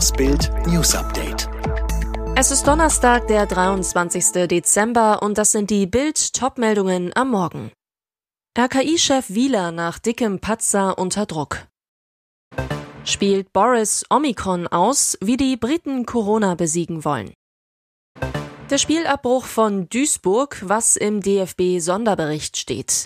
Das Bild News Update. Es ist Donnerstag, der 23. Dezember und das sind die Bild-Top-Meldungen am Morgen. RKI-Chef Wieler nach dickem Patzer unter Druck. Spielt Boris Omikron aus, wie die Briten Corona besiegen wollen. Der Spielabbruch von Duisburg, was im DFB-Sonderbericht steht.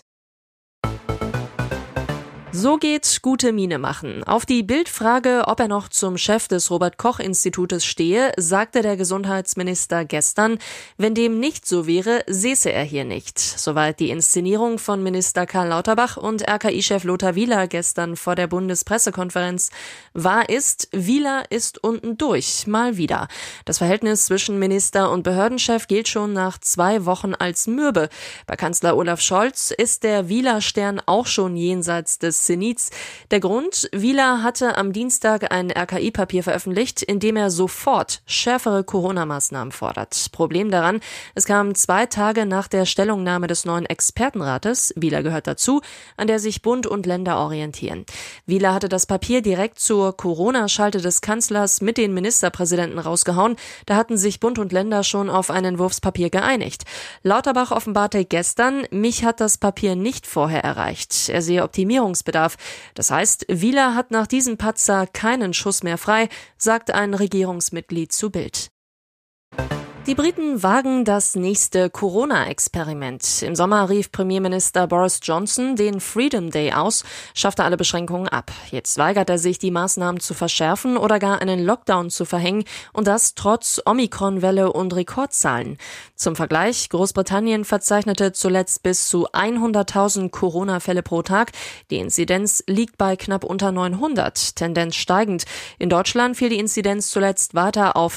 So geht gute Miene machen. Auf die Bild-Frage, ob er noch zum Chef des Robert-Koch-Institutes stehe, sagte der Gesundheitsminister gestern, wenn dem nicht so wäre, säße er hier nicht. Soweit die Inszenierung von Minister Karl Lauterbach und RKI-Chef Lothar Wieler gestern vor der Bundespressekonferenz. Wahr ist, Wieler ist unten durch, mal wieder. Das Verhältnis zwischen Minister und Behördenchef gilt schon nach 2 Wochen als mürbe. Bei Kanzler Olaf Scholz ist der Wieler-Stern auch schon jenseits des Zenits. Der Grund: Wieler hatte am Dienstag ein RKI-Papier veröffentlicht, in dem er sofort schärfere Corona-Maßnahmen fordert. Problem daran: Es kam 2 Tage nach der Stellungnahme des neuen Expertenrates, Wieler gehört dazu, an der sich Bund und Länder orientieren. Wieler hatte das Papier direkt zur Corona-Schalte des Kanzlers mit den Ministerpräsidenten rausgehauen. Da hatten sich Bund und Länder schon auf ein Entwurfspapier geeinigt. Lauterbach offenbarte gestern: Mich hat das Papier nicht vorher erreicht. Er sehe Optimierungsbedarf. Das heißt, Wieler hat nach diesem Patzer keinen Schuss mehr frei, sagt ein Regierungsmitglied zu Bild. Die Briten wagen das nächste Corona-Experiment. Im Sommer rief Premierminister Boris Johnson den Freedom Day aus, schaffte alle Beschränkungen ab. Jetzt weigert er sich, die Maßnahmen zu verschärfen oder gar einen Lockdown zu verhängen, und das trotz Omikron-Welle und Rekordzahlen. Zum Vergleich: Großbritannien verzeichnete zuletzt bis zu 100.000 Corona-Fälle pro Tag. Die Inzidenz liegt bei knapp unter 900, Tendenz steigend. In Deutschland fiel die Inzidenz zuletzt weiter auf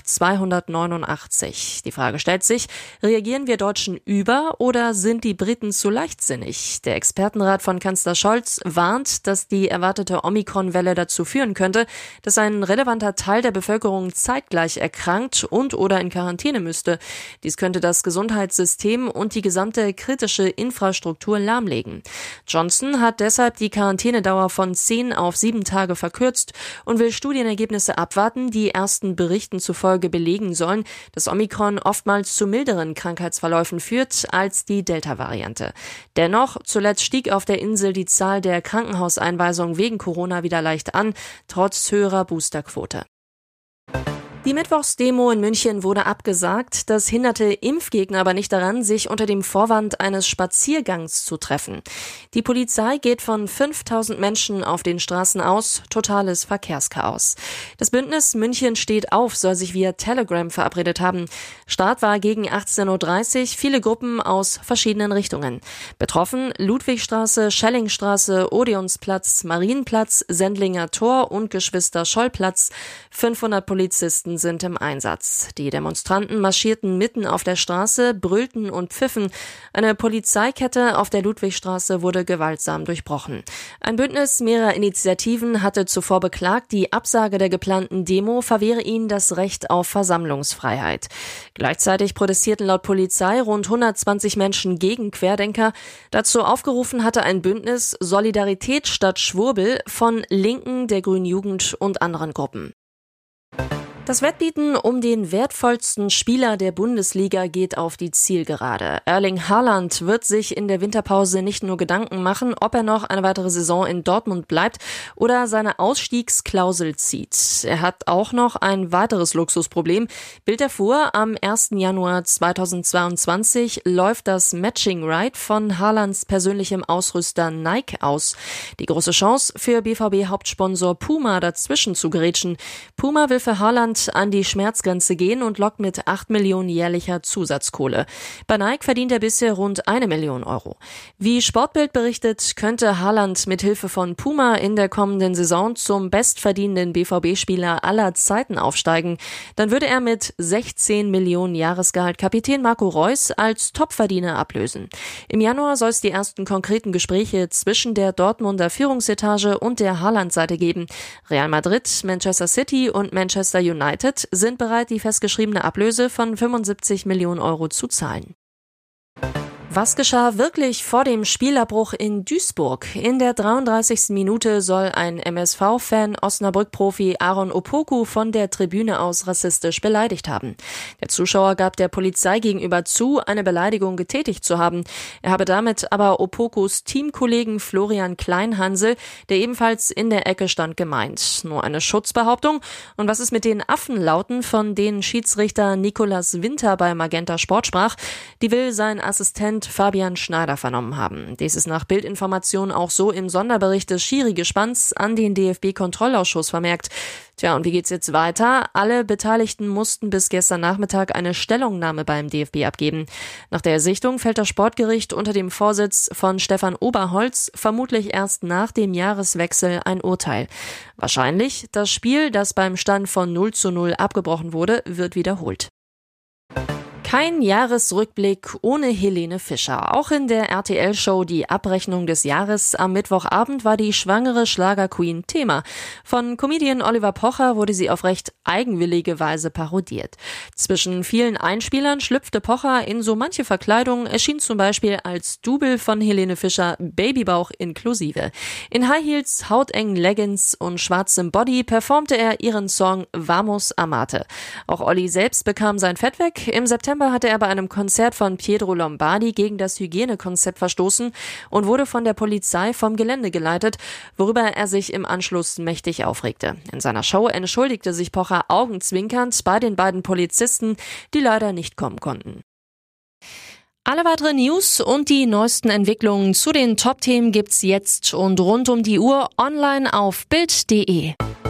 289. Die Frage stellt sich: Reagieren wir Deutschen über oder sind die Briten zu leichtsinnig? Der Expertenrat von Kanzler Scholz warnt, dass die erwartete Omikron-Welle dazu führen könnte, dass ein relevanter Teil der Bevölkerung zeitgleich erkrankt und oder in Quarantäne müsste. Dies könnte das Gesundheitssystem und die gesamte kritische Infrastruktur lahmlegen. Johnson hat deshalb die Quarantänedauer von 10 auf 7 Tage verkürzt und will Studienergebnisse abwarten, die ersten Berichten zufolge belegen sollen, dass Omikron oftmals zu milderen Krankheitsverläufen führt als die Delta-Variante. Dennoch, zuletzt stieg auf der Insel die Zahl der Krankenhauseinweisungen wegen Corona wieder leicht an, trotz höherer Boosterquote. Die Mittwochsdemo in München wurde abgesagt. Das hinderte Impfgegner aber nicht daran, sich unter dem Vorwand eines Spaziergangs zu treffen. Die Polizei geht von 5.000 Menschen auf den Straßen aus. Totales Verkehrschaos. Das Bündnis München steht auf soll sich via Telegram verabredet haben. Start war gegen 18.30 Uhr. Viele Gruppen aus verschiedenen Richtungen. Betroffen: Ludwigstraße, Schellingstraße, Odeonsplatz, Marienplatz, Sendlinger Tor und Geschwister-Scholl-Platz. 500 Polizisten sind im Einsatz. Die Demonstranten marschierten mitten auf der Straße, brüllten und pfiffen. Eine Polizeikette auf der Ludwigstraße wurde gewaltsam durchbrochen. Ein Bündnis mehrerer Initiativen hatte zuvor beklagt, die Absage der geplanten Demo verwehre ihnen das Recht auf Versammlungsfreiheit. Gleichzeitig protestierten laut Polizei rund 120 Menschen gegen Querdenker. Dazu aufgerufen hatte ein Bündnis Solidarität statt Schwurbel von Linken, der Grünen Jugend und anderen Gruppen. Das Wettbieten um den wertvollsten Spieler der Bundesliga geht auf die Zielgerade. Erling Haaland wird sich in der Winterpause nicht nur Gedanken machen, ob er noch eine weitere Saison in Dortmund bleibt oder seine Ausstiegsklausel zieht. Er hat auch noch ein weiteres Luxusproblem. Bild erfuhr: Am 1. Januar 2022 läuft das Matching Right von Haalands persönlichem Ausrüster Nike aus. Die große Chance für BVB-Hauptsponsor Puma, dazwischen zu gerätschen. Puma will für Haaland an die Schmerzgrenze gehen und lockt mit 8 Millionen jährlicher Zusatzkohle. Bei Nike verdient er bisher rund 1 Million Euro. Wie Sportbild berichtet, könnte Haaland mit Hilfe von Puma in der kommenden Saison zum bestverdienenden BVB-Spieler aller Zeiten aufsteigen. Dann würde er mit 16 Millionen Jahresgehalt Kapitän Marco Reus als Topverdiener ablösen. Im Januar soll es die ersten konkreten Gespräche zwischen der Dortmunder Führungsetage und der Haaland-Seite geben. Real Madrid, Manchester City und Manchester United sind bereit, die festgeschriebene Ablöse von 75 Millionen Euro zu zahlen. Was geschah wirklich vor dem Spielabbruch in Duisburg? In der 33. Minute soll ein MSV-Fan Osnabrück-Profi Aaron Opoku von der Tribüne aus rassistisch beleidigt haben. Der Zuschauer gab der Polizei gegenüber zu, eine Beleidigung getätigt zu haben. Er habe damit aber Opokus Teamkollegen Florian Kleinhansel, der ebenfalls in der Ecke stand, gemeint. Nur eine Schutzbehauptung? Und was ist mit den Affenlauten, von denen Schiedsrichter Nicolas Winter bei Magenta Sport sprach? Die will sein Assistent Fabian Schneider vernommen haben. Dies ist nach Bildinformationen auch so im Sonderbericht des Schiri-Gespanns an den DFB-Kontrollausschuss vermerkt. Tja, und wie geht's jetzt weiter? Alle Beteiligten mussten bis gestern Nachmittag eine Stellungnahme beim DFB abgeben. Nach der Sichtung fällt das Sportgericht unter dem Vorsitz von Stefan Oberholz vermutlich erst nach dem Jahreswechsel ein Urteil. Wahrscheinlich das Spiel, das beim Stand von 0:0 abgebrochen wurde, wird wiederholt. Kein Jahresrückblick ohne Helene Fischer. Auch in der RTL-Show Die Abrechnung des Jahres am Mittwochabend war die schwangere Schlagerqueen Thema. Von Comedian Oliver Pocher wurde sie auf recht eigenwillige Weise parodiert. Zwischen vielen Einspielern schlüpfte Pocher in so manche Verkleidung, erschien zum Beispiel als Double von Helene Fischer, Babybauch inklusive. In High Heels, hautengen Leggings und schwarzem Body performte er ihren Song Vamos Amate. Auch Olli selbst bekam sein Fett weg. Im September hatte er bei einem Konzert von Pietro Lombardi gegen das Hygienekonzept verstoßen und wurde von der Polizei vom Gelände geleitet, worüber er sich im Anschluss mächtig aufregte. In seiner Show entschuldigte sich Pocher augenzwinkernd bei den beiden Polizisten, die leider nicht kommen konnten. Alle weiteren News und die neuesten Entwicklungen zu den Top-Themen gibt's jetzt und rund um die Uhr online auf Bild.de.